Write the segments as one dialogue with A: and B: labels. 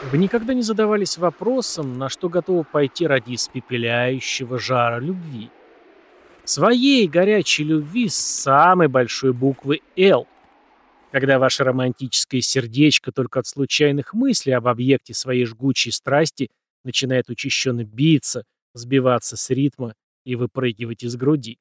A: Вы никогда не задавались вопросом, на что готовы пойти ради испепеляющего жара любви? Своей горячей любви с самой большой буквы «Л», когда ваше романтическое сердечко только от случайных мыслей об объекте своей жгучей страсти начинает учащенно биться, сбиваться с ритма и выпрыгивать из груди.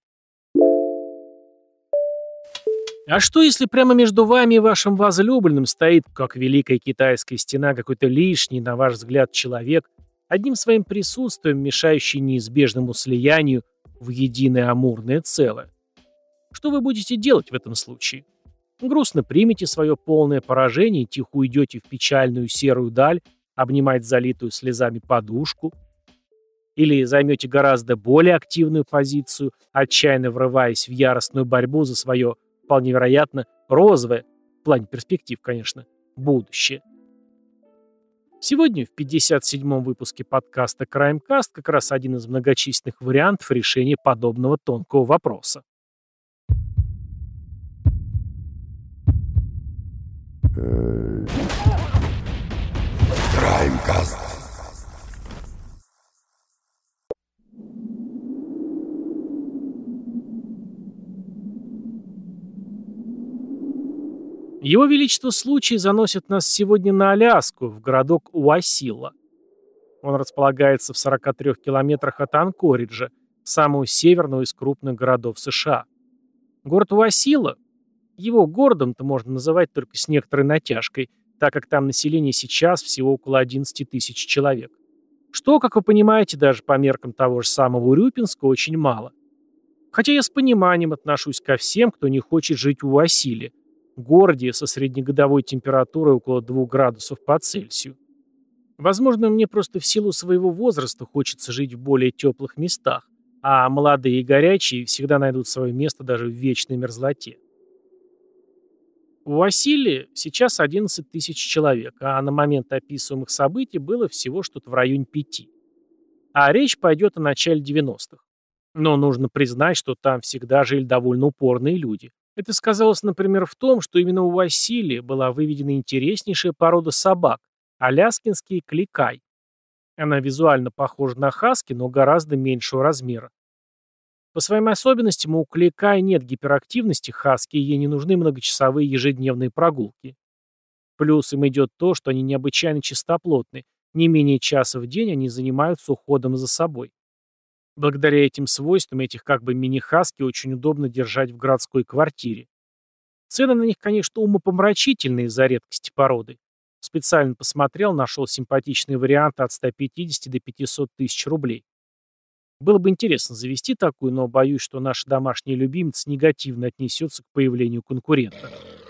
A: А что, если прямо между вами и вашим возлюбленным стоит, как великая китайская стена, какой-то лишний, на ваш взгляд, человек, одним своим присутствием мешающий неизбежному слиянию в единое амурное целое? Что вы будете делать в этом случае? Грустно примете свое полное поражение и тихо уйдете в печальную серую даль, обнимать залитую слезами подушку? Или займете гораздо более активную позицию, отчаянно врываясь в яростную борьбу за свое, вполне вероятно, розовое, в плане перспектив, конечно, будущее? Сегодня в 57-м выпуске подкаста «Краймкаст» как раз один из многочисленных вариантов решения подобного тонкого вопроса.
B: Краймкаст.
A: Его Величество случай заносит нас сегодня на Аляску, в городок Уасилла. Он располагается в 43 километрах от Анкориджа, самого северного из крупных городов США. Город Уасилла, его городом-то можно называть только с некоторой натяжкой, так как там население сейчас всего около 11 тысяч человек. Что, как вы понимаете, даже по меркам того же самого Урюпинска очень мало. Хотя я с пониманием отношусь ко всем, кто не хочет жить в Уасиле, городе со среднегодовой температурой около 2 градусов по Цельсию. Возможно, мне просто в силу своего возраста хочется жить в более теплых местах, а молодые и горячие всегда найдут свое место даже в вечной мерзлоте. В Василии сейчас 11 тысяч человек, а на момент описываемых событий было всего что-то в районе 5. А речь пойдет о начале 90-х. Но нужно признать, что там всегда жили довольно упорные люди. Это сказалось, например, в том, что именно у Василия была выведена интереснейшая порода собак – аляскинский кликай. Она визуально похожа на хаски, но гораздо меньшего размера. По своим особенностям у кликай нет гиперактивности хаски, и ей не нужны многочасовые ежедневные прогулки. Плюсом идет то, что они необычайно чистоплотны. Не менее часа в день они занимаются уходом за собой. Благодаря этим свойствам этих как бы мини-хаски очень удобно держать в городской квартире. Цены на них, конечно, умопомрачительные из-за редкости породы. Специально посмотрел, нашел симпатичные варианты от 150 до 500 тысяч рублей. Было бы интересно завести такую, но боюсь, что наша домашняя любимица негативно отнесется к появлению конкурента.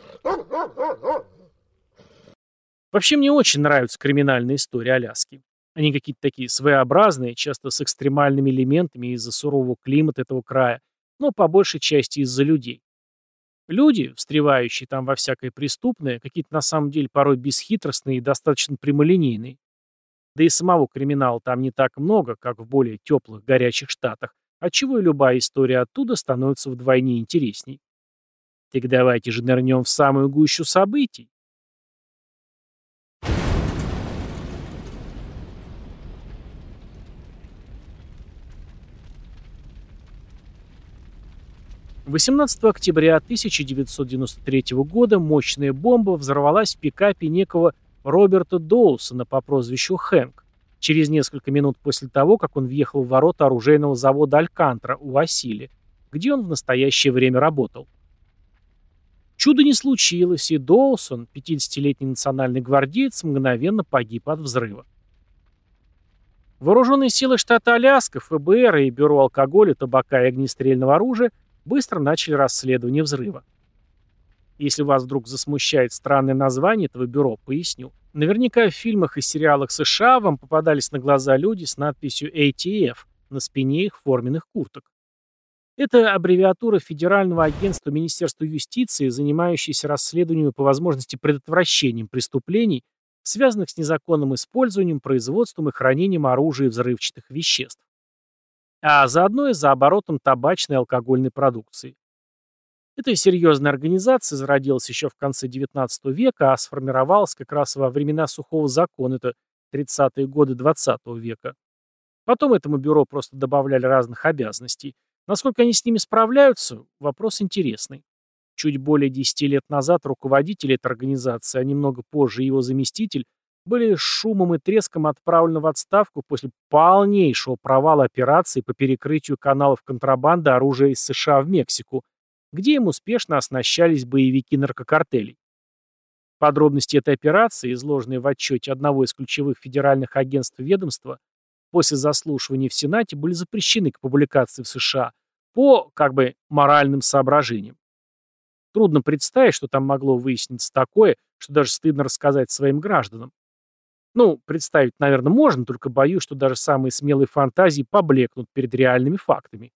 A: Вообще мне очень нравятся криминальные истории Аляски. Они какие-то такие своеобразные, часто с экстремальными элементами из-за сурового климата этого края, но по большей части из-за людей. Люди, встревающие там во всякое преступное, какие-то на самом деле порой бесхитростные и достаточно прямолинейные. Да и самого криминала там не так много, как в более теплых, горячих штатах, отчего и любая история оттуда становится вдвойне интересней. Так давайте же нырнем в самую гущу событий. Восемнадцатого октября 1993 года мощная бомба взорвалась в пикапе некого Роберта Доусона по прозвищу Хэнк через несколько минут после того, как он въехал в ворота оружейного завода «Алькантра» у Васили, где он в настоящее время работал. Чудо не случилось, и Доусон, 50-летний национальный гвардеец, мгновенно погиб от взрыва. Вооруженные силы штата Аляска, ФБР и Бюро алкоголя, табака и огнестрельного оружия быстро начали расследование взрыва. Если вас вдруг засмущает странное название этого бюро, поясню. Наверняка в фильмах и сериалах США вам попадались на глаза люди с надписью ATF на спине их форменных курток. Это аббревиатура Федерального агентства Министерства юстиции, занимающейся расследованием и по возможности предотвращением преступлений, связанных с незаконным использованием, производством и хранением оружия и взрывчатых веществ. А заодно и за оборотом табачной и алкогольной продукции. Эта серьезная организация зародилась еще в конце XIX века, а сформировалась как раз во времена Сухого закона, это 30-е годы XX века. Потом этому бюро просто добавляли разных обязанностей. Насколько они с ними справляются – вопрос интересный. Чуть более 10 лет назад руководитель этой организации, а немного позже его заместитель, были с шумом и треском отправлены в отставку после полнейшего провала операции по перекрытию каналов контрабанды оружия из США в Мексику, где им успешно оснащались боевики наркокартелей. Подробности этой операции, изложенные в отчете одного из ключевых федеральных агентств ведомства, после заслушивания в Сенате были запрещены к публикации в США по, моральным соображениям. Трудно представить, что там могло выясниться такое, что даже стыдно рассказать своим гражданам. Ну, представить, наверное, можно, только боюсь, что даже самые смелые фантазии поблекнут перед реальными фактами.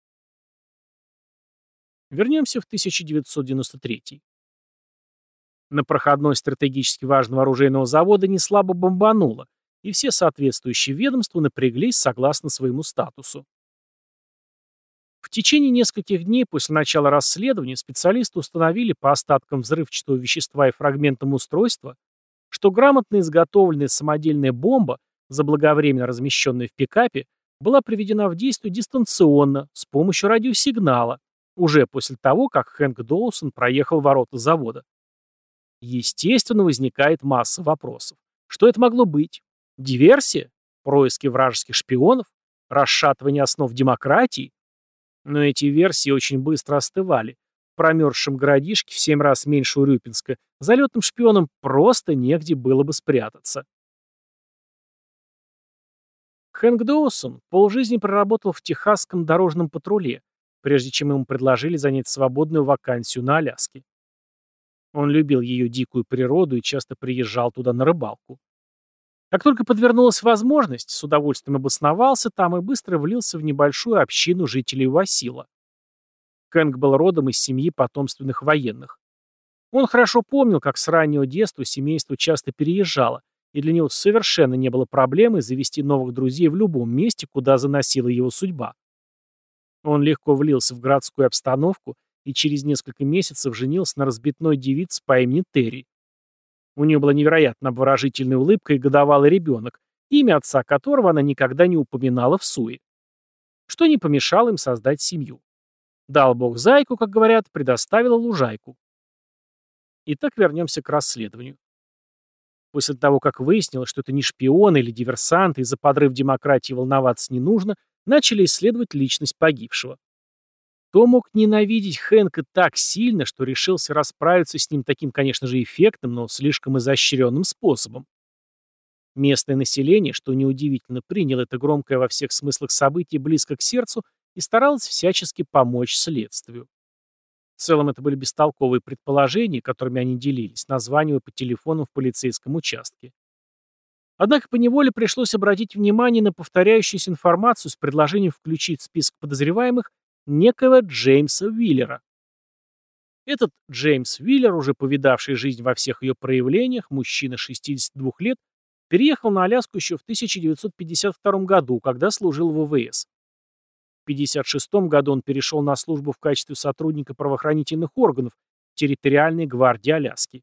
A: Вернемся в 1993. На проходной стратегически важного оружейного завода неслабо бомбануло, и все соответствующие ведомства напряглись согласно своему статусу. В течение нескольких дней после начала расследования специалисты установили по остаткам взрывчатого вещества и фрагментам устройства, что грамотно изготовленная самодельная бомба, заблаговременно размещенная в пикапе, была приведена в действие дистанционно с помощью радиосигнала, уже после того, как Хэнк Доусон проехал ворота завода. Естественно, возникает масса вопросов. Что это могло быть? Диверсия? Происки вражеских шпионов? Расшатывание основ демократии? Но эти версии очень быстро остывали. В промерзшем городишке в 7 раз меньше Урюпинска залетным шпионам просто негде было бы спрятаться. Хэнк Доусон полжизни проработал в техасском дорожном патруле, прежде чем ему предложили занять свободную вакансию на Аляске. Он любил ее дикую природу и часто приезжал туда на рыбалку. Как только подвернулась возможность, с удовольствием обосновался там и быстро влился в небольшую общину жителей Уасила. Хэнк был родом из семьи потомственных военных. Он хорошо помнил, как с раннего детства семейство часто переезжало, и для него совершенно не было проблемы завести новых друзей в любом месте, куда заносила его судьба. Он легко влился в городскую обстановку и через несколько месяцев женился на разбитной девице по имени Терри. У нее была невероятно обворожительная улыбка и годовалый ребенок, имя отца которого она никогда не упоминала в суе. Что не помешало им создать семью. Дал бог зайку, как говорят, предоставила лужайку. Итак, вернемся к расследованию. После того, как выяснилось, что это не шпионы или диверсанты, и за подрыв демократии волноваться не нужно, начали исследовать личность погибшего. Кто мог ненавидеть Хэнка так сильно, что решился расправиться с ним таким, конечно же, эффектным, но слишком изощренным способом? Местное население, что неудивительно, приняло это громкое во всех смыслах событие близко к сердцу и старалось всячески помочь следствию. В целом это были бестолковые предположения, которыми они делились, названивая по телефону в полицейском участке. Однако поневоле пришлось обратить внимание на повторяющуюся информацию с предложением включить в список подозреваемых некоего Джеймса Уиллера. Этот Джеймс Уиллер, уже повидавший жизнь во всех ее проявлениях, мужчина 62 лет, переехал на Аляску еще в 1952 году, когда служил в ВВС. В 1956 году он перешел на службу в качестве сотрудника правоохранительных органов территориальной гвардии Аляски.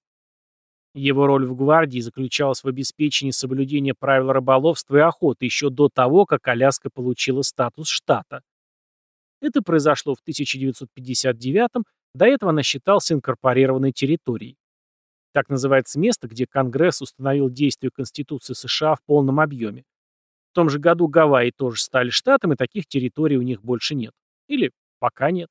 A: Его роль в гвардии заключалась в обеспечении соблюдения правил рыболовства и охоты еще до того, как Аляска получила статус штата. Это произошло в 1959-м, до этого она считалась инкорпорированной территорией. Так называется место, где Конгресс установил действие Конституции США в полном объеме. В том же году Гавайи тоже стали штатом, и таких территорий у них больше нет. Или пока нет.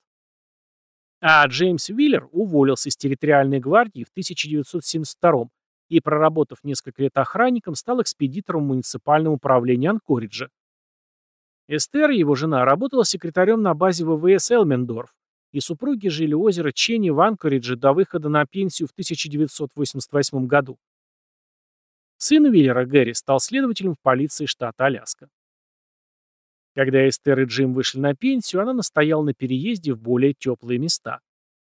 A: А Джеймс Уиллер уволился из территориальной гвардии в 1972 и, проработав несколько лет охранником, стал экспедитором муниципального управления Анкориджа. Эстер, его жена, работала секретарем на базе ВВС Элмендорф, и супруги жили у озера Ченни в Анкоридже до выхода на пенсию в 1988 году. Сын Уиллера, Гэри, стал следователем в полиции штата Аляска. Когда Эстер и Джим вышли на пенсию, она настояла на переезде в более теплые места.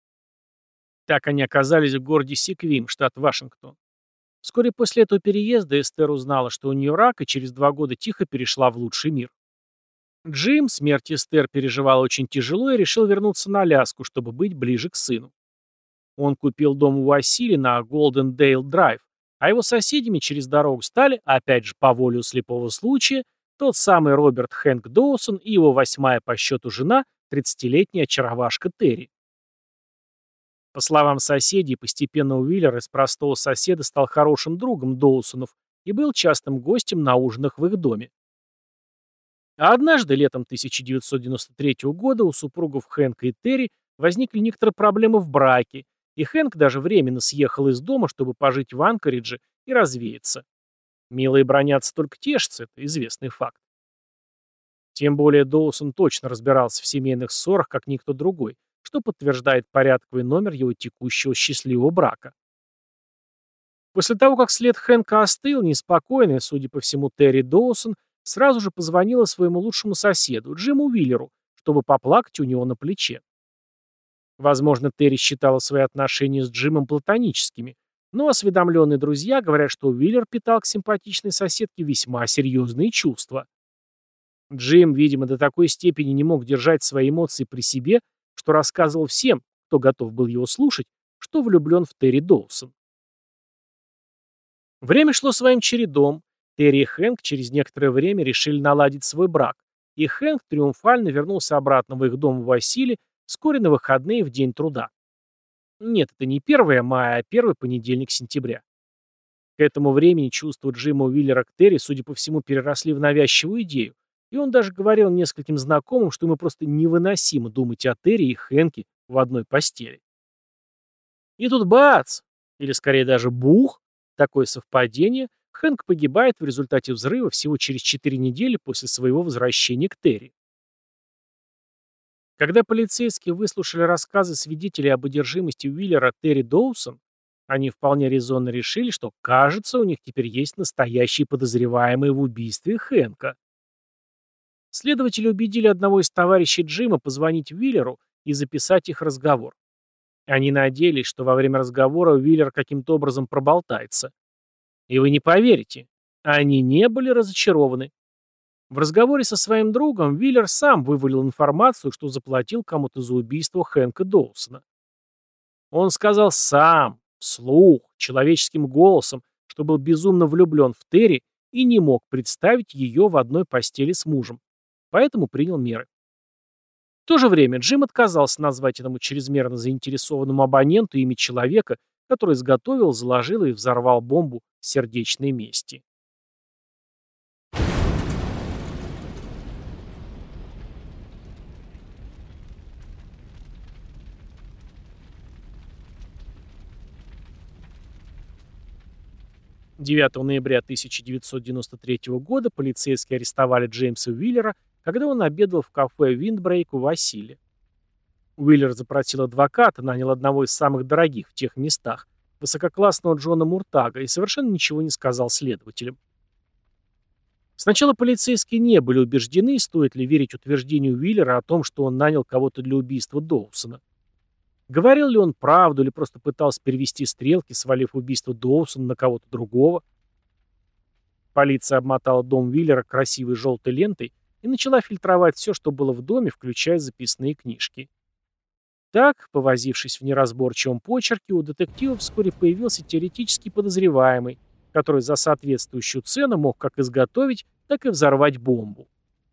A: Так они оказались в городе Сиквим, штат Вашингтон. Вскоре после этого переезда Эстер узнала, что у нее рак, и через 2 года тихо перешла в лучший мир. Джим смерть Эстер переживал очень тяжело и решил вернуться на Аляску, чтобы быть ближе к сыну. Он купил дом у Васили на Голдендейл-драйв, А его соседями через дорогу стали, опять же по воле слепого случая, тот самый Роберт Хэнк Доусон и его восьмая по счету жена, 30-летняя очаровашка Терри. По словам соседей, постепенно Уиллер из простого соседа стал хорошим другом Доусонов и был частым гостем на ужинах в их доме. А однажды, летом 1993 года, у супругов Хэнка и Терри возникли некоторые проблемы в браке, и Хэнк даже временно съехал из дома, чтобы пожить в Анкоридже и развеяться. Милые бранятся, только тешатся, это известный факт. Тем более Доусон точно разбирался в семейных ссорах, как никто другой, что подтверждает порядковый номер его текущего счастливого брака. После того, как след Хэнка остыл, неспокойная, судя по всему, Терри Доусон сразу же позвонила своему лучшему соседу, Джиму Уиллеру, чтобы поплакать у него на плече. Возможно, Терри считала свои отношения с Джимом платоническими, но осведомленные друзья говорят, что Уиллер питал к симпатичной соседке весьма серьезные чувства. Джим, видимо, до такой степени не мог держать свои эмоции при себе, что рассказывал всем, кто готов был его слушать, что влюблен в Терри Доусон. Время шло своим чередом. Терри и Хэнк через некоторое время решили наладить свой брак, и Хэнк триумфально вернулся обратно в их дом в Василе вскоре на выходные в день труда. Нет, это не 1 мая, а первый понедельник сентября. К этому времени чувства Джима Уиллера к Терри, судя по всему, переросли в навязчивую идею, и он даже говорил нескольким знакомым, что ему просто невыносимо думать о Терри и Хэнке в одной постели. И тут бац! Или скорее даже бух! Такое совпадение. Хэнк погибает в результате взрыва всего через 4 недели после своего возвращения к Терри. Когда полицейские выслушали рассказы свидетелей об одержимости Уиллера Терри Доусон, они вполне резонно решили, что, кажется, у них теперь есть настоящие подозреваемые в убийстве Хэнка. Следователи убедили одного из товарищей Джима позвонить Уиллеру и записать их разговор. Они надеялись, что во время разговора Уиллер каким-то образом проболтается. И вы не поверите, они не были разочарованы. В разговоре со своим другом Уиллер сам вывалил информацию, что заплатил кому-то за убийство Хэнка Доусона. Он сказал сам, вслух, человеческим голосом, что был безумно влюблен в Терри и не мог представить ее в одной постели с мужем, поэтому принял меры. В то же время Джим отказался назвать этому чрезмерно заинтересованному абоненту имя человека, который изготовил, заложил и взорвал бомбу сердечной мести. 9 ноября 1993 года полицейские арестовали Джеймса Уиллера, когда он обедал в кафе «Виндбрейк» у Василия. Уиллер запросил адвоката, нанял одного из самых дорогих в тех местах, высококлассного Джона Муртага, и совершенно ничего не сказал следователям. Сначала полицейские не были убеждены, стоит ли верить утверждению Уиллера о том, что он нанял кого-то для убийства Доусона. Говорил ли он правду или просто пытался перевести стрелки, свалив убийство Доусона на кого-то другого? Полиция обмотала дом Уиллера красивой желтой лентой и начала фильтровать все, что было в доме, включая записные книжки. Так, повозившись в неразборчивом почерке, у детектива вскоре появился теоретический подозреваемый, который за соответствующую цену мог как изготовить, так и взорвать бомбу.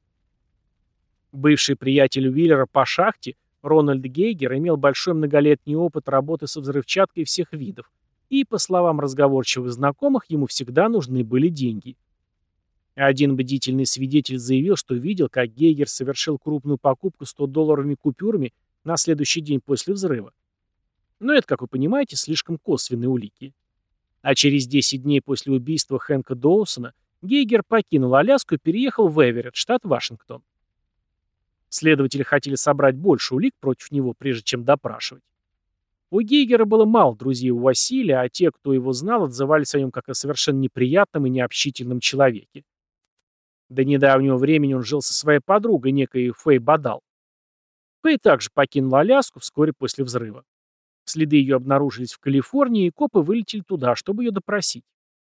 A: Бывший приятель Уиллера по шахте Рональд Гейгер имел большой многолетний опыт работы со взрывчаткой всех видов, и, по словам разговорчивых знакомых, ему всегда нужны были деньги. Один бдительный свидетель заявил, что видел, как Гейгер совершил крупную покупку 100-долларовыми купюрами на следующий день после взрыва. Но это, как вы понимаете, слишком косвенные улики. А через 10 дней после убийства Хэнка Доусона Гейгер покинул Аляску и переехал в Эверетт, штат Вашингтон. Следователи хотели собрать больше улик против него, прежде чем допрашивать. У Гейгера было мало друзей у Василия, а те, кто его знал, отзывались о нем как о совершенно неприятном и необщительном человеке. До недавнего времени он жил со своей подругой, некой Фэй Бадал. Фэй также покинула Аляску вскоре после взрыва. Следы ее обнаружились в Калифорнии, и копы вылетели туда, чтобы ее допросить.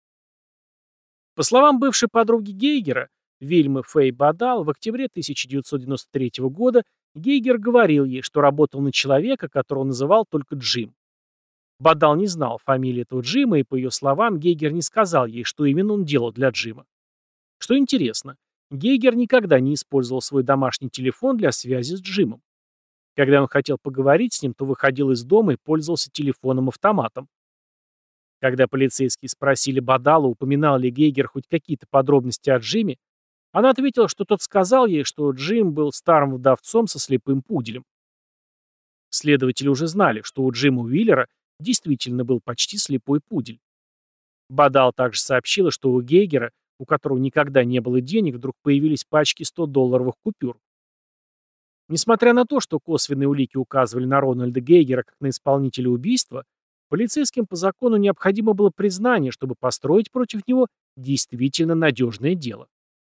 A: По словам бывшей подруги Гейгера, Вильмы Фэй Бадал, в октябре 1993 года Гейгер говорил ей, что работал на человека, которого называл только Джим. Бадал не знал фамилии этого Джима, и, по ее словам, Гейгер не сказал ей, что именно он делал для Джима. Что интересно, Гейгер никогда не использовал свой домашний телефон для связи с Джимом. Когда он хотел поговорить с ним, то выходил из дома и пользовался телефоном-автоматом. Когда полицейские спросили Бадала, упоминал ли Гейгер хоть какие-то подробности о Джиме, она ответила, что тот сказал ей, что Джим был старым вдовцом со слепым пуделем. Следователи уже знали, что у Джима Уиллера действительно был почти слепой пудель. Бадал также сообщила, что у Гейгера, у которого никогда не было денег, вдруг появились пачки 100-долларовых купюр. Несмотря на то, что косвенные улики указывали на Рональда Гейгера как на исполнителя убийства, полицейским по закону необходимо было признание, чтобы построить против него действительно надежное дело.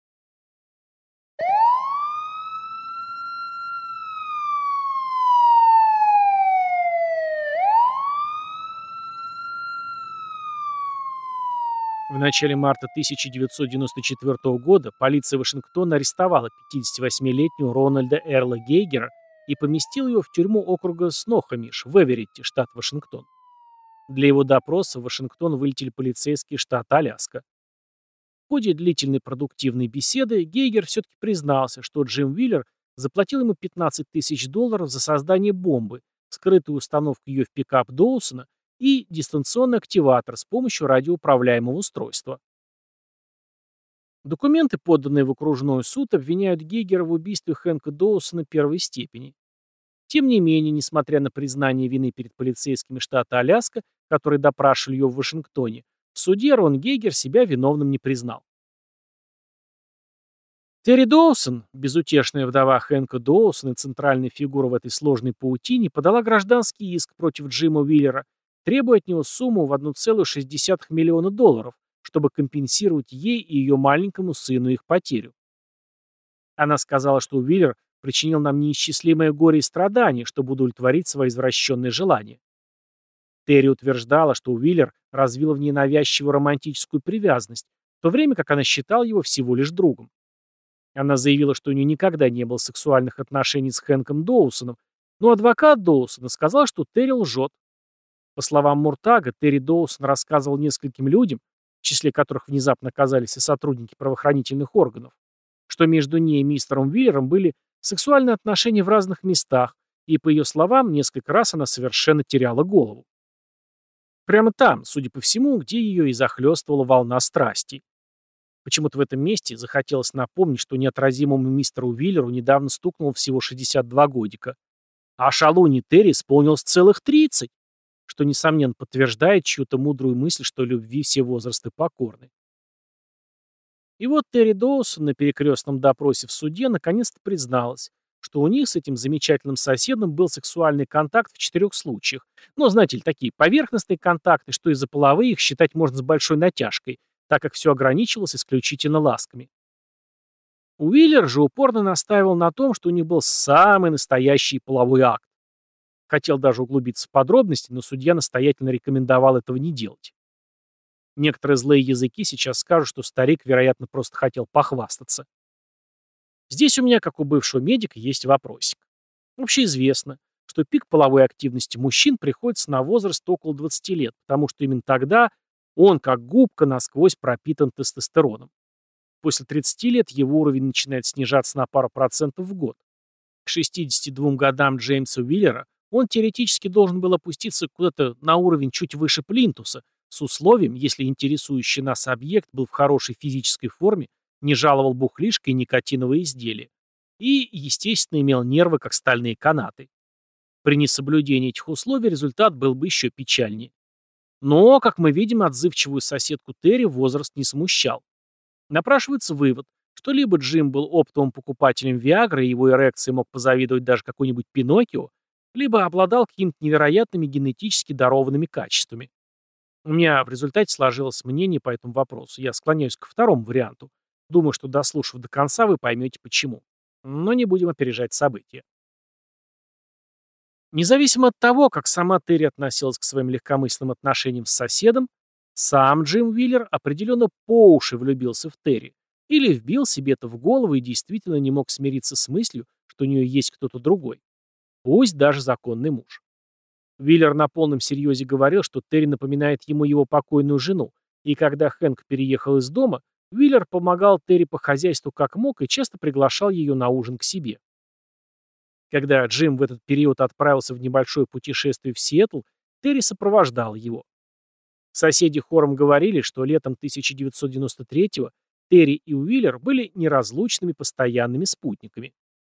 A: В начале марта 1994 года полиция Вашингтона арестовала 58-летнего Рональда Эрла Гейгера и поместила его в тюрьму округа Снохамиш в Эверетте, штат Вашингтон. Для его допроса в Вашингтон вылетели полицейские штата Аляска. В ходе длительной продуктивной беседы Гейгер все-таки признался, что Джим Уиллер заплатил ему $15 000 за создание бомбы, скрытую установку ее в пикап Доусона и дистанционный активатор с помощью радиоуправляемого устройства. Документы, поданные в окружной суд, обвиняют Гейгера в убийстве Хэнка Доусона первой степени. Тем не менее, несмотря на признание вины перед полицейскими штата Аляска, которые допрашивали ее в Вашингтоне, в суде Рон Гейгер себя виновным не признал. Терри Доусон, безутешная вдова Хэнка Доусона и центральная фигура в этой сложной паутине, подала гражданский иск против Джима Уиллера, требуя от него сумму в $1,6 миллиона, чтобы компенсировать ей и ее маленькому сыну их потерю. Она сказала, что Уиллер причинил нам неисчислимое горе и страдания, чтобы удовлетворить свои извращенные желания. Терри утверждала, что Уиллер развил в ней навязчивую романтическую привязанность, в то время как она считала его всего лишь другом. Она заявила, что у нее никогда не было сексуальных отношений с Хэнком Доусоном, но адвокат Доусона сказал, что Терри лжет. По словам Муртага, Терри Доусон рассказывал нескольким людям, в числе которых внезапно оказались и сотрудники правоохранительных органов, что между ней и мистером Уиллером были сексуальные отношения в разных местах, и, по ее словам, несколько раз она совершенно теряла голову. Прямо там, судя по всему, где ее и захлестывала волна страсти. Почему-то в этом месте захотелось напомнить, что неотразимому мистеру Уиллеру недавно стукнуло всего 62 годика, а шалуне Терри исполнилось целых 30, что, несомненно, подтверждает чью-то мудрую мысль, что любви все возрасты покорны. И вот Терри Доусон на перекрестном допросе в суде наконец-то призналась, что у них с этим замечательным соседом был сексуальный контакт в 4 случаях. Но, знаете ли, такие поверхностные контакты, что из-за половые их считать можно с большой натяжкой, так как все ограничивалось исключительно ласками. Уиллер же упорно настаивал на том, что у них был самый настоящий половой акт. Хотел даже углубиться в подробности, но судья настоятельно рекомендовал этого не делать. Некоторые злые языки сейчас скажут, что старик, вероятно, просто хотел похвастаться. Здесь у меня, как у бывшего медика, есть вопросик. Общеизвестно, что пик половой активности мужчин приходится на возраст около 20 лет, потому что именно тогда он, как губка, насквозь пропитан тестостероном. После 30 лет его уровень начинает снижаться на пару процентов в год. К 62 годам Джеймса Уиллера он теоретически должен был опуститься куда-то на уровень чуть выше плинтуса, с условием, если интересующий нас объект был в хорошей физической форме, не жаловал бухлишко и никотиновые изделия, и, естественно, имел нервы, как стальные канаты. При несоблюдении этих условий результат был бы еще печальнее. Но, как мы видим, отзывчивую соседку Терри возраст не смущал. Напрашивается вывод, что либо Джим был оптовым покупателем Виагры, и его эрекции мог позавидовать даже какой-нибудь Пиноккио, либо обладал какими-то невероятными генетически дарованными качествами. У меня в результате сложилось мнение по этому вопросу. Я склоняюсь ко второму варианту. Думаю, что, дослушав до конца, вы поймете почему. Но не будем опережать события. Независимо от того, как сама Терри относилась к своим легкомысленным отношениям с соседом, сам Джим Уиллер определенно по уши влюбился в Терри или вбил себе это в голову и действительно не мог смириться с мыслью, что у нее есть кто-то другой, пусть даже законный муж. Уиллер на полном серьезе говорил, что Терри напоминает ему его покойную жену, и когда Хэнк переехал из дома, Уиллер помогал Терри по хозяйству как мог и часто приглашал ее на ужин к себе. Когда Джим в этот период отправился в небольшое путешествие в Сиэтл, Терри сопровождал его. Соседи хором говорили, что летом 1993-го Терри и Уиллер были неразлучными постоянными спутниками.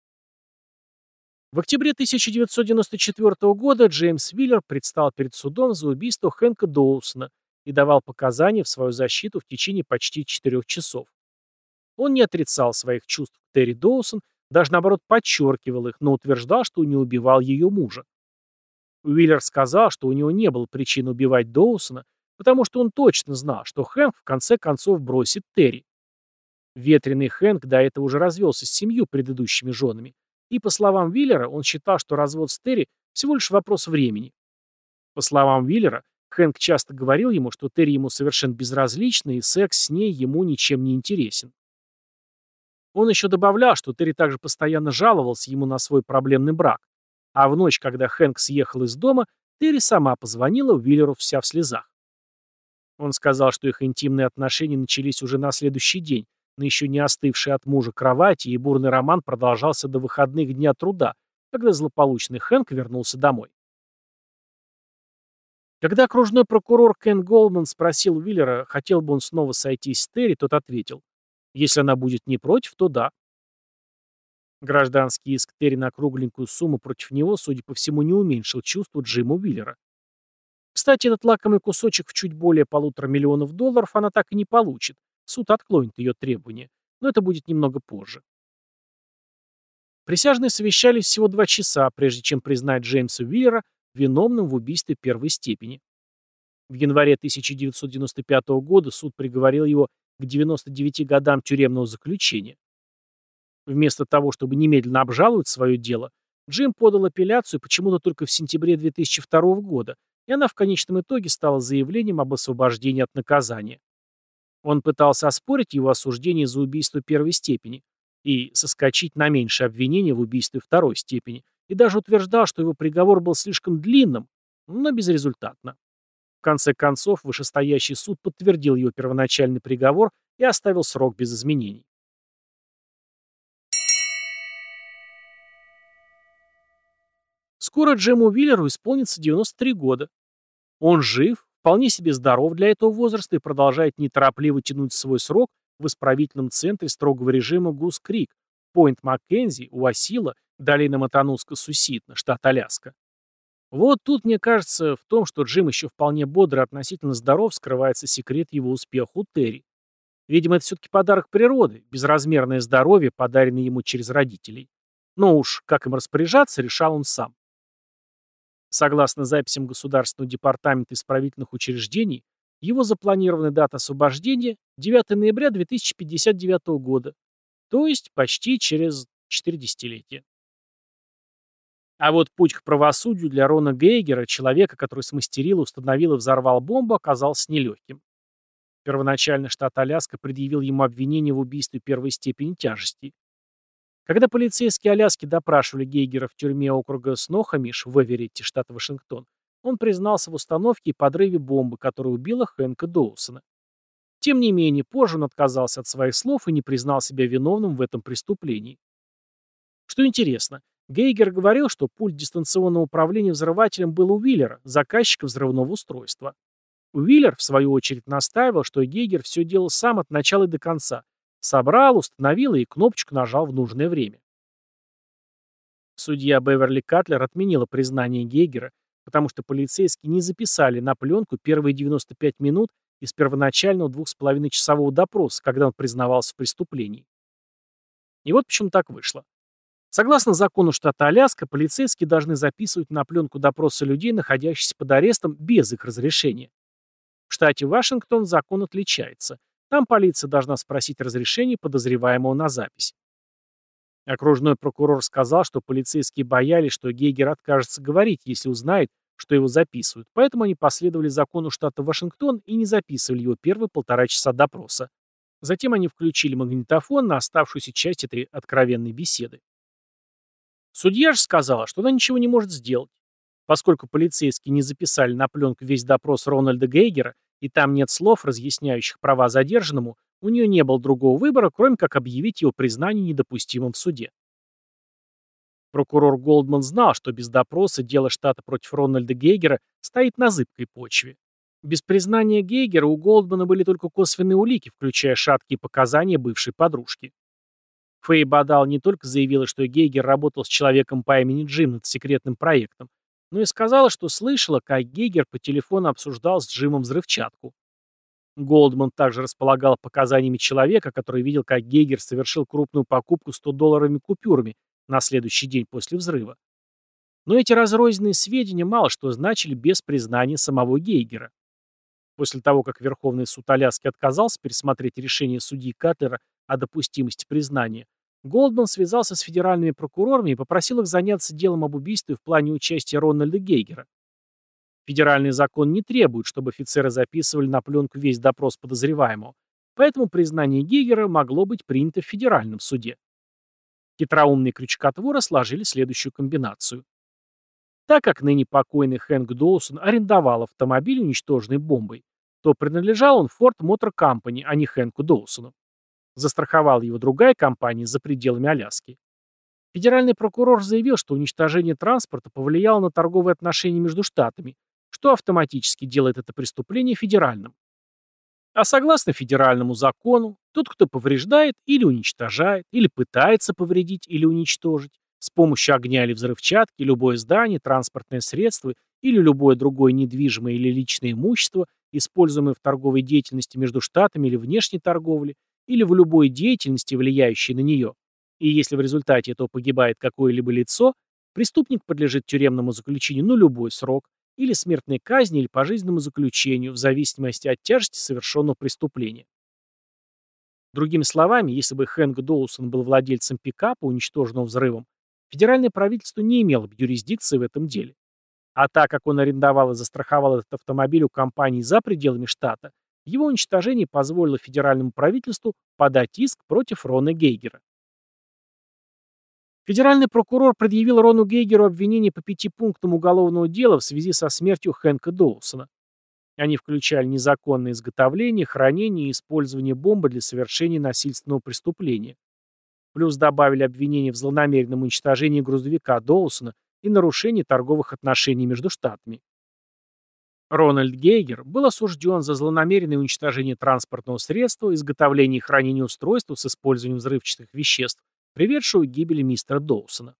A: В октябре 1994 года Джеймс Уиллер предстал перед судом за убийство Хэнка Доусона и давал показания в свою защиту в течение почти 4 часов. Он не отрицал своих чувств к Терри Доусон, даже наоборот подчеркивал их, но утверждал, что не убивал ее мужа. Уиллер сказал, что у него не было причин убивать Доусона, потому что он точно знал, что Хэнк в конце концов бросит Терри. Ветреный Хэнк до этого уже развелся с 7 предыдущими женами, и, по словам Уиллера, он считал, что развод с Терри всего лишь вопрос времени. По словам Уиллера, Хэнк часто говорил ему, что Терри ему совершенно безразлична, и секс с ней ему ничем не интересен. Он еще добавлял, что Терри также постоянно жаловался ему на свой проблемный брак, а в ночь, когда Хэнк съехал из дома, Терри сама позвонила Уиллеру вся в слезах. Он сказал, что их интимные отношения начались уже на следующий день, на еще не остывшей от мужа кровати, и бурный роман продолжался до выходных дня труда, когда злополучный Хэнк вернулся домой. Когда окружной прокурор Кен Голдман спросил Уиллера, хотел бы он снова сойтись с Терри, тот ответил: «Если она будет не против, то да». Гражданский иск Терри на кругленькую сумму против него, судя по всему, не уменьшил чувства Джима Уиллера. Кстати, этот лакомый кусочек в чуть более $1,5 миллиона она так и не получит. Суд отклонит ее требования, но это будет немного позже. Присяжные совещались всего 2 часа, прежде чем признать Джеймса Уиллера виновным в убийстве первой степени. В январе 1995 года суд приговорил его к 99 годам тюремного заключения. Вместо того, чтобы немедленно обжаловать свое дело, Джим подал апелляцию почему-то только в сентябре 2002 года, и она в конечном итоге стала заявлением об освобождении от наказания. Он пытался оспорить его осуждение за убийство первой степени и соскочить на меньшее обвинение в убийстве второй степени, и даже утверждал, что его приговор был слишком длинным, но безрезультатно. В конце концов, вышестоящий суд подтвердил его первоначальный приговор и оставил срок без изменений. Скоро Джиму Уиллеру исполнится 93 года. Он жив, вполне себе здоров для этого возраста и продолжает неторопливо тянуть свой срок в исправительном центре строгого режима Гус-Крик, Пойнт-Маккензи, Уасила, долина Матануска-Суситна, штат Аляска. Вот тут, мне кажется, в том, что Джим еще вполне бодр и относительно здоров, скрывается секрет его успеха у Терри. Видимо, это все-таки подарок природы, безразмерное здоровье, подаренное ему через родителей. Но уж как им распоряжаться, решал он сам. Согласно записям Государственного департамента исправительных учреждений, его запланированная дата освобождения – 9 ноября 2059 года, то есть почти через 4 десятилетия. А вот путь к правосудию для Рона Гейгера, человека, который смастерил, установил и взорвал бомбу, оказался нелегким. Первоначально штат Аляска предъявил ему обвинение в убийстве первой степени тяжести. Когда полицейские Аляски допрашивали Гейгера в тюрьме округа Снохамиш в Эверетте, штат Вашингтон, он признался в установке и подрыве бомбы, которая убила Хэнка Доусона. Тем не менее, позже он отказался от своих слов и не признал себя виновным в этом преступлении. Что интересно, Гейгер говорил, что пульт дистанционного управления взрывателем был у Уиллера, заказчика взрывного устройства. Уиллер, в свою очередь, настаивал, что Гейгер все делал сам от начала и до конца. Собрал, установил и кнопочку нажал в нужное время. Судья Беверли Катлер отменила признание Гейгера, потому что полицейские не записали на пленку первые 95 минут из первоначального 2,5-часового допроса, когда он признавался в преступлении. И вот почему так вышло. Согласно закону штата Аляска, полицейские должны записывать на пленку допроса людей, находящихся под арестом, без их разрешения. В штате Вашингтон закон отличается. Там полиция должна спросить разрешение подозреваемого на запись. Окружной прокурор сказал, что полицейские боялись, что Гейгер откажется говорить, если узнает, что его записывают, поэтому они последовали закону штата Вашингтон и не записывали его первые 1,5 часа допроса. Затем они включили магнитофон на оставшуюся часть этой откровенной беседы. Судья же сказала, что она ничего не может сделать. Поскольку полицейские не записали на пленку весь допрос Рональда Гейгера, и там нет слов, разъясняющих права задержанному, у нее не было другого выбора, кроме как объявить его признание недопустимым в суде. Прокурор Голдман знал, что без допроса дело штата против Рональда Гейгера стоит на зыбкой почве. Без признания Гейгера у Голдмана были только косвенные улики, включая шаткие показания бывшей подружки. Фэй Бадал не только заявила, что Гейгер работал с человеком по имени Джим над секретным проектом, но и сказала, что слышала, как Гейгер по телефону обсуждал с Джимом взрывчатку. Голдман также располагал показаниями человека, который видел, как Гейгер совершил крупную покупку 100-долларовыми купюрами на следующий день после взрыва. Но эти разрозненные сведения мало что значили без признания самого Гейгера. После того, как Верховный суд Аляски отказался пересмотреть решение судьи Катлера о допустимости признания, Голдман связался с федеральными прокурорами и попросил их заняться делом об убийстве в плане участия Рональда Гейгера. Федеральный закон не требует, чтобы офицеры записывали на пленку весь допрос подозреваемого, поэтому признание Гейгера могло быть принято в федеральном суде. Хитроумные крючкотворы сложили следующую комбинацию. Так как ныне покойный Хэнк Доусон арендовал автомобиль, уничтоженный бомбой, то принадлежал он Ford Motor Company, а не Хэнку Доусону. Застраховала его другая компания за пределами Аляски. Федеральный прокурор заявил, что уничтожение транспорта повлияло на торговые отношения между штатами, что автоматически делает это преступление федеральным. А согласно федеральному закону, тот, кто повреждает или уничтожает, или пытается повредить или уничтожить с помощью огня или взрывчатки любое здание, транспортное средство или любое другое недвижимое или личное имущество, используемое в торговой деятельности между штатами или внешней торговле, или в любой деятельности, влияющей на нее, и если в результате этого погибает какое-либо лицо, преступник подлежит тюремному заключению на любой срок, или смертной казни, или пожизненному заключению, в зависимости от тяжести совершенного преступления. Другими словами, если бы Хэнк Доусон был владельцем пикапа, уничтоженного взрывом, федеральное правительство не имело бы юрисдикции в этом деле. А так как он арендовал и застраховал этот автомобиль у компаний за пределами штата, его уничтожение позволило федеральному правительству подать иск против Рона Гейгера. Федеральный прокурор предъявил Рону Гейгеру обвинение по 5 пунктам уголовного дела в связи со смертью Хэнка Доусона. Они включали незаконное изготовление, хранение и использование бомбы для совершения насильственного преступления. Плюс добавили обвинение в злонамеренном уничтожении грузовика Доусона и нарушении торговых отношений между штатами. Рональд Гейгер был осужден за злонамеренное уничтожение транспортного средства, изготовление и хранение устройства с использованием взрывчатых веществ, приведшего к гибели мистера Доусона.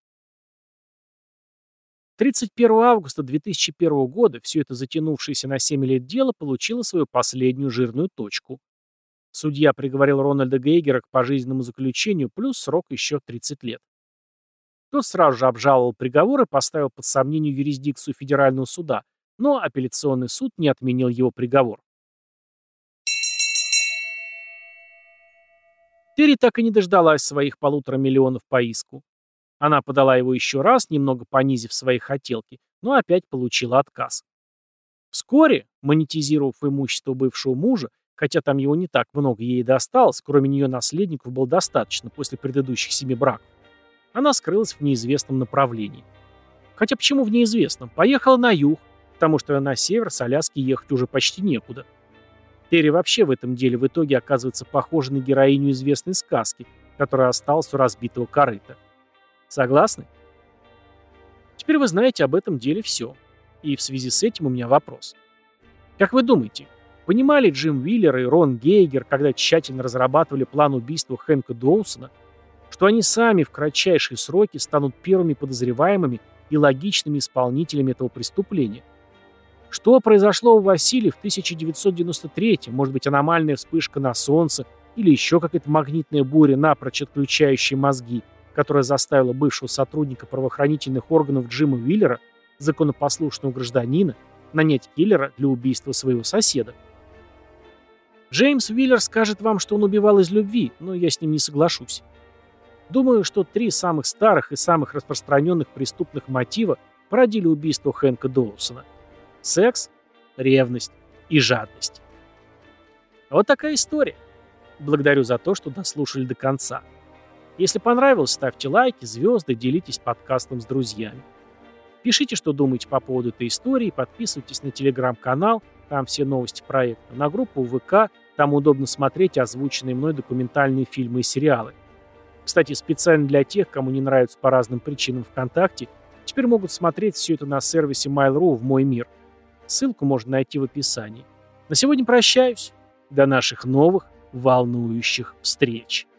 A: 31 августа 2001 года все это затянувшееся на 7 лет дело получило свою последнюю жирную точку. Судья приговорил Рональда Гейгера к пожизненному заключению плюс срок еще 30 лет. Тот сразу же обжаловал приговор и поставил под сомнение юрисдикцию федерального суда, но апелляционный суд не отменил его приговор. Терри так и не дождалась своих 1,5 миллионов по иску. Она подала его еще раз, немного понизив свои хотелки, но опять получила отказ. Вскоре, монетизировав имущество бывшего мужа, хотя там его не так много ей досталось, кроме нее наследников было достаточно после предыдущих 7 браков, она скрылась в неизвестном направлении. Хотя почему в неизвестном? Поехала на юг, потому что на север с Аляски ехать уже почти некуда. Терри вообще в этом деле в итоге оказывается похожа на героиню известной сказки, которая осталась у разбитого корыта. Согласны? Теперь вы знаете об этом деле все. И в связи с этим у меня вопрос. Как вы думаете, понимали Джим Уиллер и Рон Гейгер, когда тщательно разрабатывали план убийства Хэнка Доусона, что они сами в кратчайшие сроки станут первыми подозреваемыми и логичными исполнителями этого преступления? Что произошло у Василия в 1993-м? Может быть, аномальная вспышка на Солнце или еще какая-то магнитная буря, напрочь отключающая мозги, которая заставила бывшего сотрудника правоохранительных органов Джима Уиллера, законопослушного гражданина, нанять киллера для убийства своего соседа. Джеймс Уиллер скажет вам, что он убивал из любви, но я с ним не соглашусь. Думаю, что 3 самых старых и самых распространенных преступных мотива породили убийство Хэнка Доусона. Секс, ревность и жадность. Вот такая история. Благодарю за то, что дослушали до конца. Если понравилось, ставьте лайки, звезды, делитесь подкастом с друзьями. Пишите, что думаете по поводу этой истории, подписывайтесь на телеграм-канал, там все новости проекта, на группу ВК, там удобно смотреть озвученные мной документальные фильмы и сериалы. Кстати, специально для тех, кому не нравится по разным причинам ВКонтакте, теперь могут смотреть все это на сервисе Mail.ru в «Мой мир». Ссылку можно найти в описании. На сегодня прощаюсь. До наших новых волнующих встреч.